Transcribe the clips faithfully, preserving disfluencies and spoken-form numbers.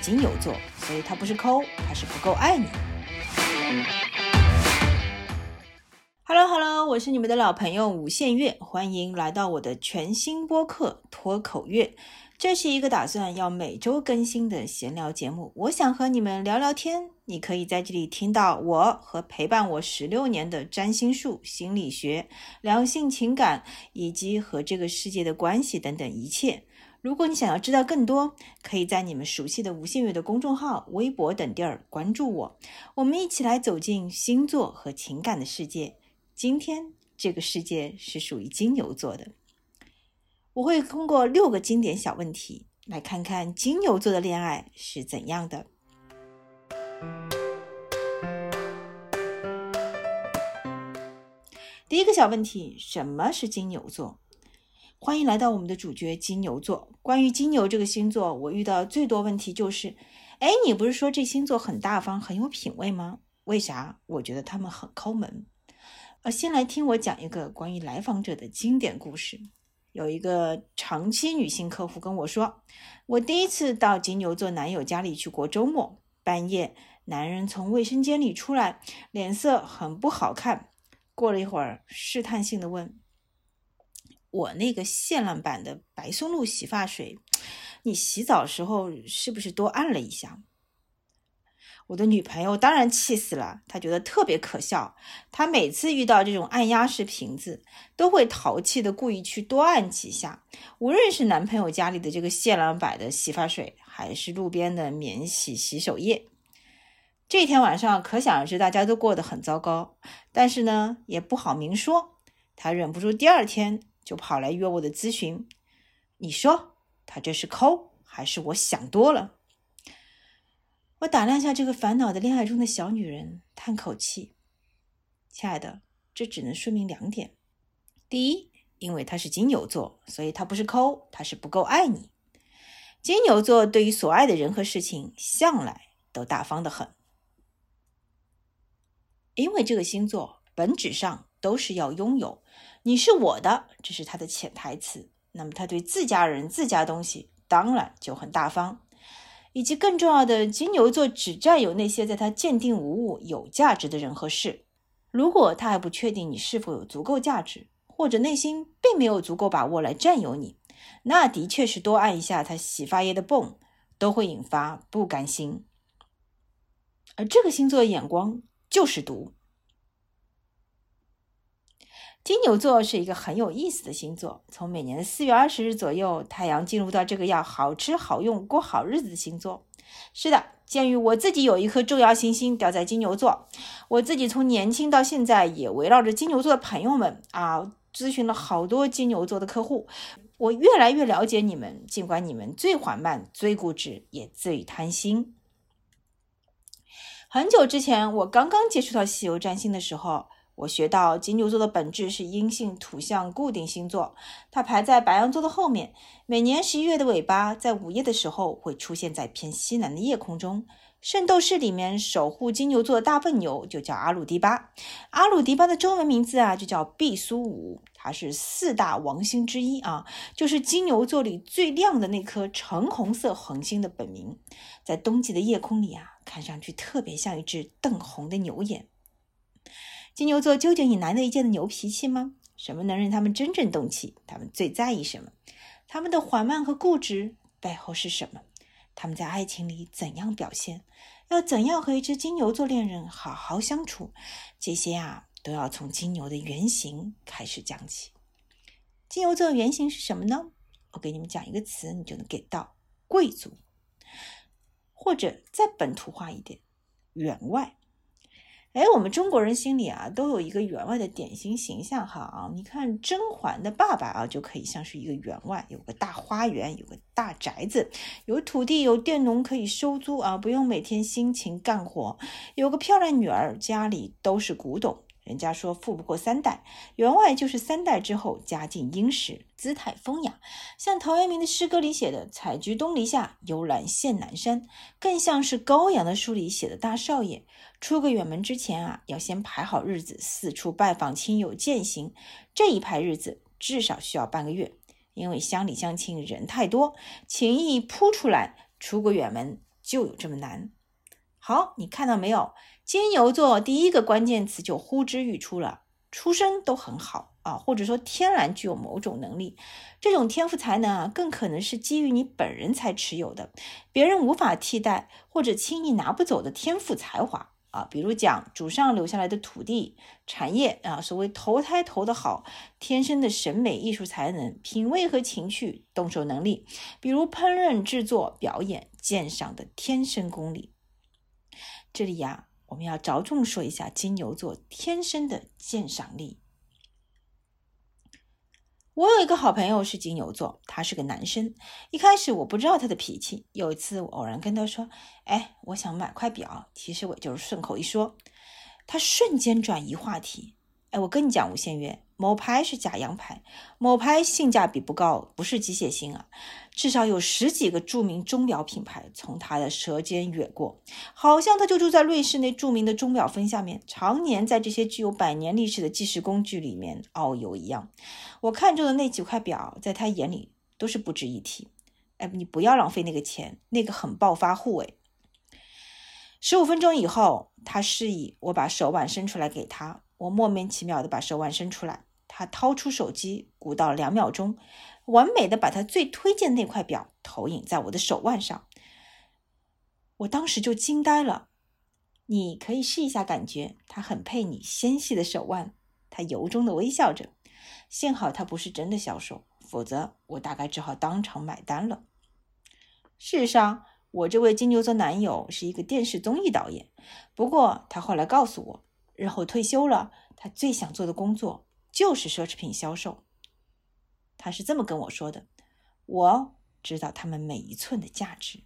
金牛座，所以他不是抠，他是不够爱你。Hello Hello， 我是你们的老朋友吴宪月，欢迎来到我的全新播客脱口乐。这是一个打算要每周更新的闲聊节目，我想和你们聊聊天。你可以在这里听到我和陪伴我十六年的占星术、心理学、两性情感以及和这个世界的关系等等一切。如果你想要知道更多，可以在你们熟悉的无限月的公众号、微博等地儿关注我，我们一起来走进星座和情感的世界。今天这个世界是属于金牛座的，我会通过六个经典小问题来看看金牛座的恋爱是怎样的。第一个小问题，什么是金牛座？欢迎来到我们的主角金牛座。关于金牛这个星座，我遇到最多问题就是哎，你不是说这星座很大方很有品味吗？为啥？我觉得他们很抠门。而先来听我讲一个关于来访者的经典故事。有一个长期女性客户跟我说，我第一次到金牛座男友家里去过周末，半夜男人从卫生间里出来，脸色很不好看，过了一会儿试探性的问，我那个限量版的白松露洗发水，你洗澡的时候是不是多按了一下？我的女朋友当然气死了，她觉得特别可笑。她每次遇到这种按压式瓶子，都会淘气的故意去多按几下。无论是男朋友家里的这个限量版的洗发水，还是路边的免洗洗手液。这天晚上可想而知，大家都过得很糟糕。但是呢，也不好明说。她忍不住第二天就跑来约我的咨询。你说，她这是抠，还是我想多了？我打量下这个烦恼的恋爱中的小女人，叹口气。亲爱的，这只能说明两点。第一，因为她是金牛座，所以她不是抠，她是不够爱你。金牛座对于所爱的人和事情，向来都大方得很。因为这个星座本质上都是要拥有，你是我的，这是他的潜台词。那么他对自家人、自家东西，当然就很大方。以及更重要的，金牛座只占有那些在他鉴定无误、有价值的人和事。如果他还不确定你是否有足够价值，或者内心并没有足够把握来占有你，那的确是多按一下他洗发液的泵，都会引发不甘心。而这个星座的眼光就是毒。金牛座是一个很有意思的星座，从每年的四月二十日左右，太阳进入到这个要好吃好用过好日子的星座。是的，鉴于我自己有一颗重要行星掉在金牛座，我自己从年轻到现在也围绕着金牛座的朋友们啊，咨询了好多金牛座的客户，我越来越了解你们，尽管你们最缓慢、最固执，也最贪心。很久之前，我刚刚接触到西游占星的时候，我学到金牛座的本质是阴性土象固定星座，它排在白羊座的后面。每年十一月的尾巴，在午夜的时候会出现在偏西南的夜空中。圣斗士里面守护金牛座的大笨牛就叫阿鲁迪巴，阿鲁迪巴的中文名字啊就叫毕苏武，它是四大王星之一啊，就是金牛座里最亮的那颗橙红色恒星的本名。在冬季的夜空里啊，看上去特别像一只瞪红的牛眼。金牛座究竟有难得一见的牛脾气吗？什么能让他们真正动气？他们最在意什么？他们的缓慢和固执背后是什么？他们在爱情里怎样表现？要怎样和一只金牛座恋人好好相处？这些啊，都要从金牛的原型开始讲起。金牛座的原型是什么呢？我给你们讲一个词，你就能 get 到：贵族，或者再本土化一点，员外。哎，我们中国人心里啊，都有一个员外的典型形象哈啊！你看甄嬛的爸爸啊，就可以像是一个员外，有个大花园，有个大宅子，有土地，有佃农可以收租啊，不用每天辛勤干活，有个漂亮女儿，家里都是古董。人家说富不过三代，员外就是三代之后家境殷实，姿态风雅，像陶渊明的诗歌里写的采菊东篱下，悠然见南山，更像是高阳的书里写的大少爷。出个远门之前啊，要先排好日子，四处拜访亲友践行。这一排日子至少需要半个月，因为乡里乡亲人太多，情谊扑出来，出个远门就有这么难。好，你看到没有？金牛座第一个关键词就呼之欲出了，出身都很好啊，或者说天然具有某种能力。这种天赋才能啊，更可能是基于你本人才持有的，别人无法替代或者轻易拿不走的天赋才华啊。比如讲祖上留下来的土地、产业啊，所谓投胎投得好，天生的审美艺术才能、品味和情趣、动手能力，比如烹饪、制作、表演、鉴赏的天生功力。这里呀、啊，我们要着重说一下金牛座天生的鉴赏力。我有一个好朋友是金牛座，他是个男生。一开始我不知道他的脾气，有一次我偶然跟他说，哎，我想买块表，其实我就是顺口一说，他瞬间转移话题。哎，我跟你讲，吴先月，某牌是假洋牌，某牌性价比不高，不是机械性啊，至少有十几个著名钟表品牌从他的舌尖越过，好像他就住在瑞士那著名的钟表分下面，常年在这些具有百年历史的计时工具里面遨游一样。我看中的那几块表，在他眼里都是不值一提。哎，你不要浪费那个钱，那个很暴发户哎。十五分钟以后，他示意我把手腕伸出来给他，我莫名其妙的把手腕伸出来，他掏出手机，鼓捣两秒钟，完美的把他最推荐那块表投影在我的手腕上。我当时就惊呆了。你可以试一下感觉，他很配你纤细的手腕。他由衷的微笑着，幸好他不是真的销售，否则我大概只好当场买单了。事实上，我这位金牛座男友是一个电视综艺导演，不过他后来告诉我，日后退休了，他最想做的工作就是奢侈品销售。他是这么跟我说的，我知道他们每一寸的价值。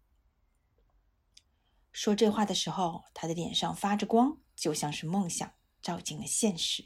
说这话的时候，他的脸上发着光，就像是梦想照进了现实。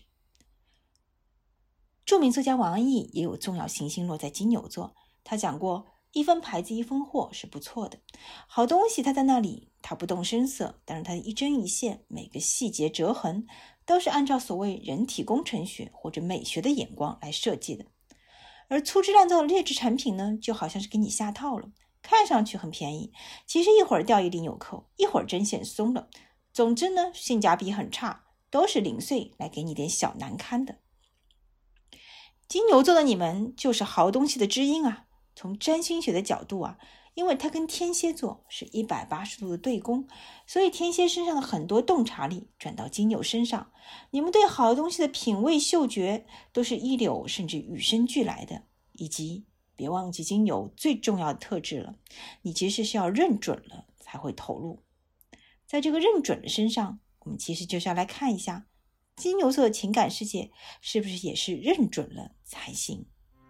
著名作家王安忆也有重要行星落在金牛座，他讲过，一分牌子一分货是不错的，好东西他在那里，他不动声色，但是他的一针一线，每个细节折痕，都是按照所谓人体工程学或者美学的眼光来设计的。而粗制滥造的劣质产品呢，就好像是给你下套了，看上去很便宜，其实一会儿掉一粒纽扣，一会儿针线松了，总之呢，性价比很差，都是零碎来给你点小难堪的。金牛座的你们就是好东西的知音啊。从占星学的角度啊，因为它跟天蝎座是一百八十度的对宫，所以天蝎身上的很多洞察力转到金牛身上，你们对好东西的品味嗅觉都是一流甚至与生俱来的。以及别忘记金牛最重要的特质了，你其实是要认准了才会投入。在这个认准的身上，我们其实就是要来看一下金牛座的情感世界是不是也是认准了才行。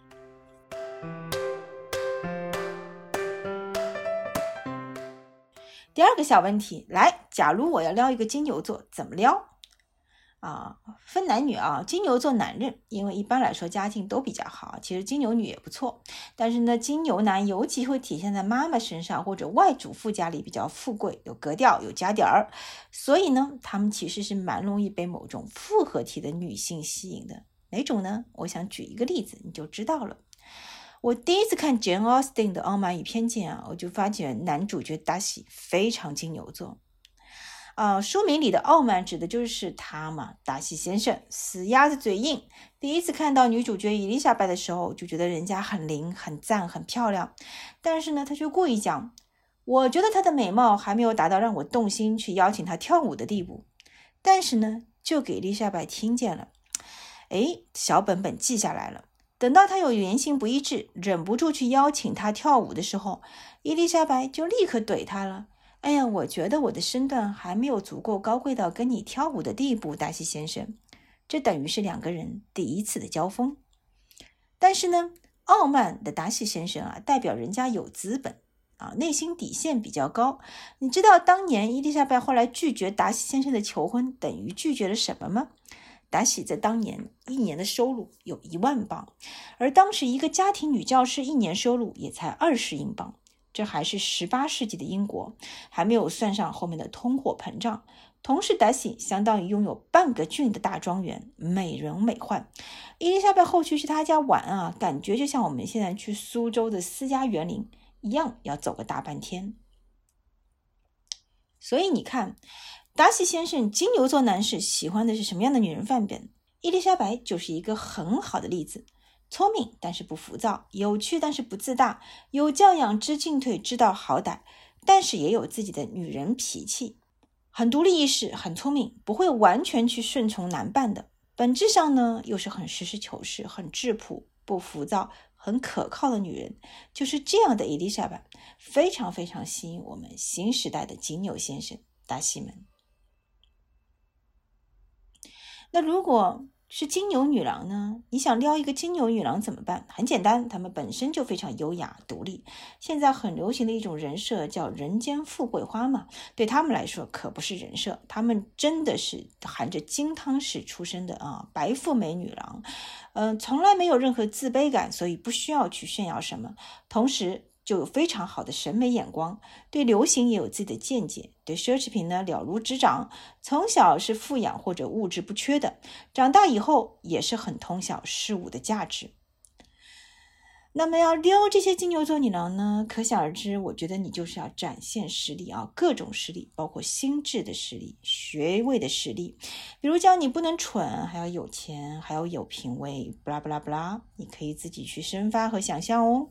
第二个小问题，来，假如我要撩一个金牛座，怎么撩啊？分男女啊，金牛座男人因为一般来说家境都比较好，其实金牛女也不错，但是呢，金牛男尤其会体现在妈妈身上或者外祖父家里比较富贵，有格调，有家底儿，所以呢，他们其实是蛮容易被某种复合体的女性吸引的。哪种呢？我想举一个例子你就知道了。我第一次看 Jane Austen 的《傲慢与偏见》啊，我就发现男主角达西非常金牛座。啊、呃，书名里的傲慢指的就是他嘛，达西先生，死鸭子嘴硬。第一次看到女主角伊丽莎白的时候，就觉得人家很灵、很赞、很漂亮，但是呢，他却故意讲，我觉得她的美貌还没有达到让我动心去邀请她跳舞的地步。但是呢，就给伊丽莎白听见了，诶，小本本记下来了。等到他有言行不一致，忍不住去邀请他跳舞的时候，伊丽莎白就立刻怼他了。哎呀，我觉得我的身段还没有足够高贵到跟你跳舞的地步，达西先生。这等于是两个人第一次的交锋。但是呢，傲慢的达西先生啊，代表人家有资本啊，内心底线比较高。你知道当年伊丽莎白后来拒绝达西先生的求婚，等于拒绝了什么吗？达西在当年一年的收入有一万镑，而当时一个家庭女教师一年收入也才二十英镑，这还是十八世纪的英国，还没有算上后面的通货膨胀。同时达西相当于拥有半个郡的大庄园，美轮美奂。伊丽莎白后续去他家玩啊，感觉就像我们现在去苏州的私家园林一样，要走个大半天。 所以你看，达西先生金牛座男士喜欢的是什么样的女人范本？伊丽莎白就是一个很好的例子。聪明但是不浮躁，有趣但是不自大，有教养，知进退，知道好歹，但是也有自己的女人脾气，很独立意识，很聪明，不会完全去顺从男伴的。本质上呢，又是很实事求是，很质朴，不浮躁，很可靠的女人。就是这样的伊丽莎白，非常非常吸引我们新时代的金牛先生达西们。那如果是金牛女郎呢？你想撩一个金牛女郎怎么办？很简单，她们本身就非常优雅独立。现在很流行的一种人设叫人间富贵花嘛，对他们来说可不是人设，他们真的是含着金汤匙出生的啊，白富美女郎，嗯、呃，从来没有任何自卑感，所以不需要去炫耀什么，同时就有非常好的审美眼光，对流行也有自己的见解，对奢侈品呢了如指掌，从小是富养或者物质不缺的，长大以后也是很通晓事物的价值。那么要撩这些金牛座女郎呢，可想而知，我觉得你就是要展现实力啊，各种实力，包括心智的实力、学位的实力，比如教你不能蠢，还要有钱，还要有品味，不啦不啦不啦，你可以自己去深发和想象哦。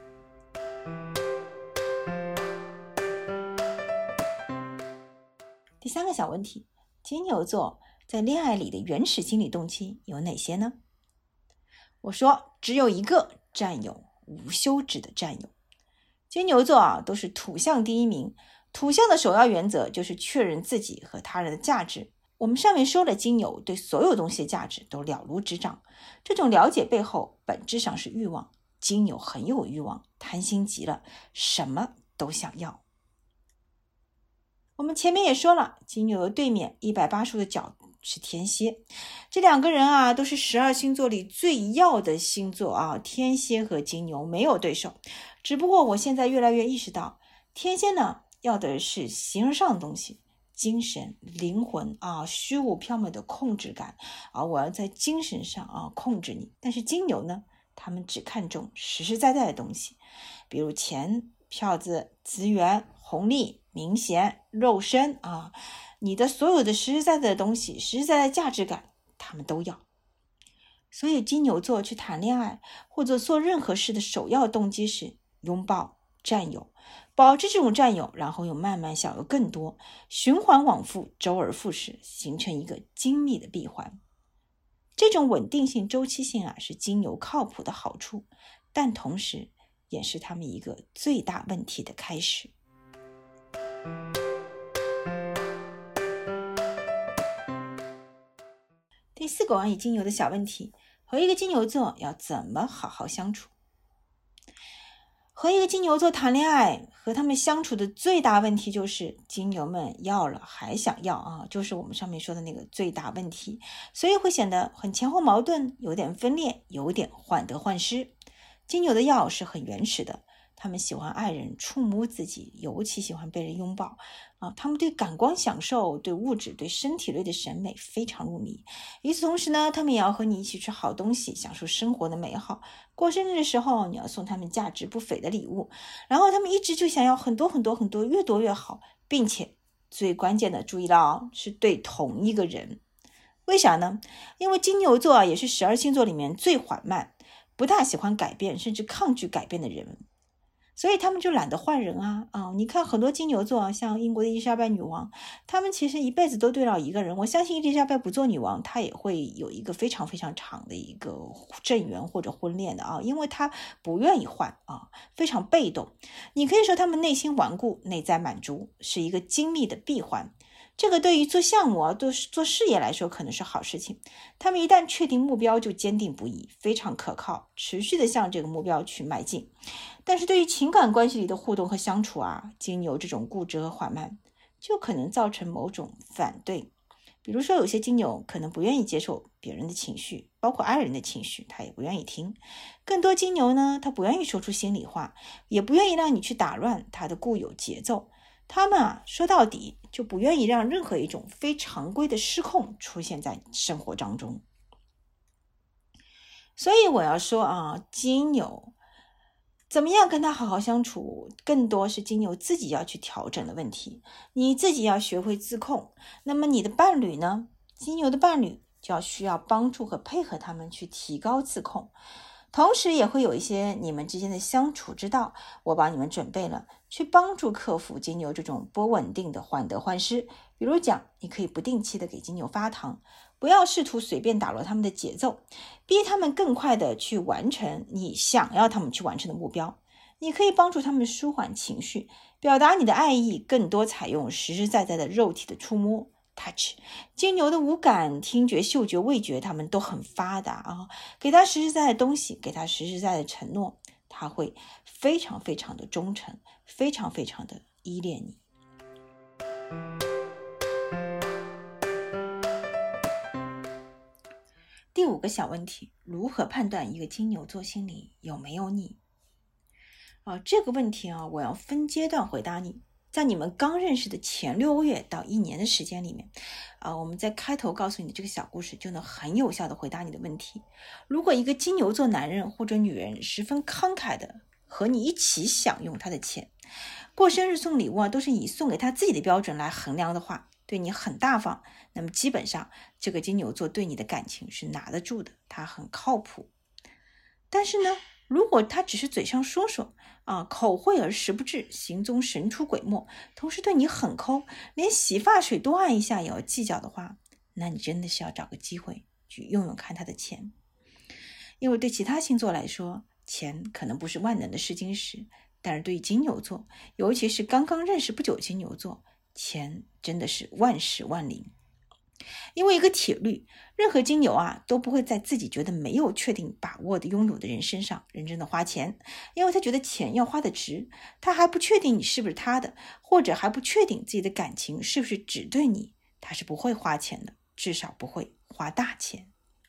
第三个小问题，金牛座在恋爱里的原始心理动机有哪些呢？我说只有一个，占有，无休止的占有。金牛座啊，都是土象第一名，土象的首要原则就是确认自己和他人的价值。我们上面说了，金牛对所有东西的价值都了如指掌，这种了解背后本质上是欲望。金牛很有欲望，贪心极了，什么都想要。我们前面也说了，金牛的对面一百八十度的角是天蝎，这两个人啊都是十二星座里最要的星座啊，天蝎和金牛没有对手。只不过我现在越来越意识到，天蝎呢要的是形而上的东西，精神、灵魂啊，虚无缥缈的控制感啊，我要在精神上啊控制你。但是金牛呢，他们只看重实实在在的东西，比如钱、票子、资源、红利、名衔、肉身啊，你的所有的实实在在的东西，实实在在价值感，他们都要。所以金牛座去谈恋爱或者做任何事的首要动机是拥抱、占有，保持这种占有，然后又慢慢想要更多，循环往复，周而复始，形成一个精密的闭环。这种稳定性、周期性啊，是金牛靠谱的好处，但同时也是他们一个最大问题的开始。第四个关于金牛的小问题，和一个金牛座要怎么好好相处？和一个金牛座谈恋爱，和他们相处的最大问题就是金牛们要了还想要啊，就是我们上面说的那个最大问题，所以会显得很前后矛盾，有点分裂，有点患得患失。金牛的要是很原始的，他们喜欢爱人触摸自己，尤其喜欢被人拥抱啊。他们对感官享受、对物质、对身体类的审美非常入迷。与此同时呢，他们也要和你一起吃好东西，享受生活的美好。过生日的时候，你要送他们价值不菲的礼物，然后他们一直就想要很多很多很多，越多越好，并且最关键的，注意到是对同一个人。为啥呢？因为金牛座也是十二星座里面最缓慢，不大喜欢改变，甚至抗拒改变的人。所以他们就懒得换人啊啊！你看很多金牛座，像英国的伊丽莎白女王，他们其实一辈子都对了一个人。我相信伊丽莎白不做女王，她也会有一个非常非常长的一个正缘或者婚恋的啊，因为她不愿意换啊，非常被动。你可以说他们内心顽固，内在满足，是一个精密的闭环。这个对于做项目啊，做做事业来说可能是好事情。他们一旦确定目标就坚定不移，非常可靠，持续的向这个目标去迈进。但是对于情感关系里的互动和相处啊，金牛这种固执和缓慢就可能造成某种反对。比如说有些金牛可能不愿意接受别人的情绪，包括爱人的情绪，他也不愿意听。更多金牛呢，他不愿意说出心里话，也不愿意让你去打乱他的固有节奏。他们啊，说到底就不愿意让任何一种非常规的失控出现在生活当中。所以我要说啊，金牛怎么样跟他好好相处，更多是金牛自己要去调整的问题，你自己要学会自控。那么你的伴侣呢？金牛的伴侣就要需要帮助和配合他们去提高自控，同时也会有一些你们之间的相处之道，我帮你们准备了，去帮助克服金牛这种不稳定的患得患失。比如讲，你可以不定期的给金牛发糖，不要试图随便打乱他们的节奏，逼他们更快的去完成你想要他们去完成的目标。你可以帮助他们舒缓情绪，表达你的爱意，更多采用实实在在的肉体的触摸touch。 金牛的五感，听觉、嗅觉、味觉，他们都很发达啊。给他实实在在的东西，给他实实在在的承诺，他会非常非常的忠诚，非常非常的依恋你。第五个小问题，如何判断一个金牛座心里有没有你？啊，这个问题啊，我要分阶段回答你。在你们刚认识的前六个月到一年的时间里面，啊，我们在开头告诉你的这个小故事，就能很有效的回答你的问题。如果一个金牛座男人或者女人十分慷慨的和你一起享用他的钱，过生日送礼物啊，都是以送给他自己的标准来衡量的话，对你很大方，那么基本上这个金牛座对你的感情是拿得住的，他很靠谱。但是呢，如果他只是嘴上说说啊，口惠而实不至，行踪神出鬼没，同时对你很抠，连洗发水多按一下也要计较的话，那你真的是要找个机会去用用看他的钱。因为对其他星座来说，钱可能不是万能的试金石，但是对于金牛座，尤其是刚刚认识不久金牛座，钱真的是万事万灵。因为一个铁律，任何金牛啊都不会在自己觉得没有确定把握的拥有的人身上认真的花钱，因为他觉得钱要花的值，他还不确定你是不是他的，或者还不确定自己的感情是不是只对你，他是不会花钱的，至少不会花大钱。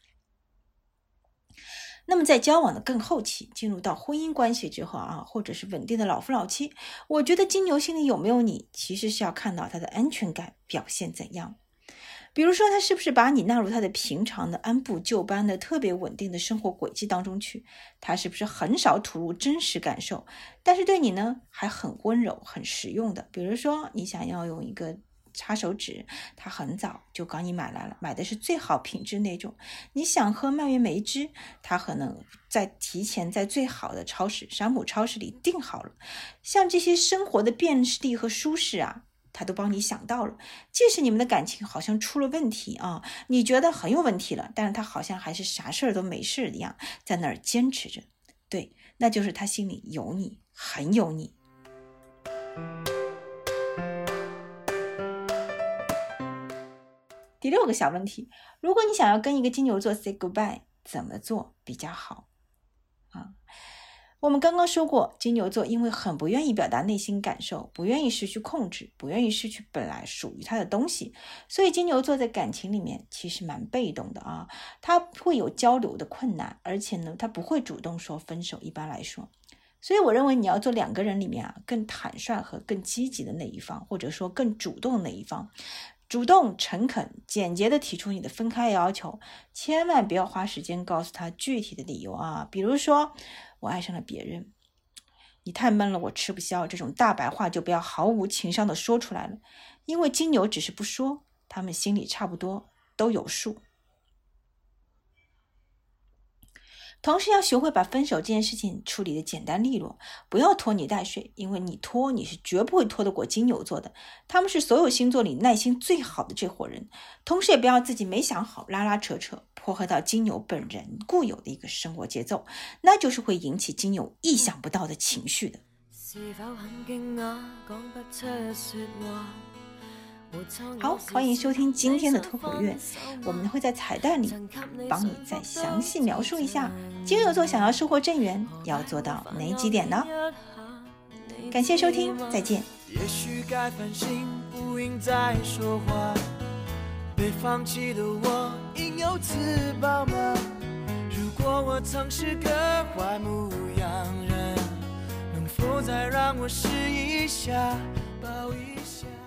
那么在交往的更后期，进入到婚姻关系之后啊，或者是稳定的老夫老妻，我觉得金牛心里有没有你，其实是要看到他的安全感表现怎样。比如说他是不是把你纳入他的平常的按部就班的特别稳定的生活轨迹当中去，他是不是很少吐露真实感受，但是对你呢还很温柔很实用的。比如说你想要用一个擦手纸，他很早就帮你买来了，买的是最好品质那种。你想喝蔓越莓汁，他可能在提前在最好的超市山姆超市里订好了。像这些生活的便利和舒适啊，他都帮你想到了。即使你们的感情好像出了问题啊，你觉得很有问题了，但是他好像还是啥事儿都没事一样，在那儿坚持着。对，那就是他心里有你，很有你。第六个小问题，如果你想要跟一个金牛座 say goodbye， 怎么做比较好啊？我们刚刚说过，金牛座因为很不愿意表达内心感受，不愿意失去控制，不愿意失去本来属于他的东西，所以金牛座在感情里面其实蛮被动的啊，他会有交流的困难，而且呢，他不会主动说分手，一般来说。所以我认为你要做两个人里面啊，更坦率和更积极的那一方，或者说更主动的那一方，主动、诚恳、简洁的提出你的分开要求，千万不要花时间告诉他具体的理由啊，比如说我爱上了别人，你太闷了，我吃不消，这种大白话就不要毫无情商的说出来了，因为金牛只是不说，他们心里差不多都有数。同时要学会把分手这件事情处理的简单利落，不要拖泥带水，因为你拖你是绝不会拖得过金牛座的，他们是所有星座里耐心最好的这伙人。同时也不要自己没想好拉拉扯扯，破坏到金牛本人固有的一个生活节奏，那就是会引起金牛意想不到的情绪的。是否很驚訝講不出說話，好，欢迎收听今天的脱口乐，我们会在彩蛋里帮你再详细描述一下金牛座想要收获正缘要做到哪几点呢？感谢收听，再见。也许该反省，不应再说话，被放弃的我应有自保吗？如果我曾是个坏牧羊人，能否再让我试一下，抱一下。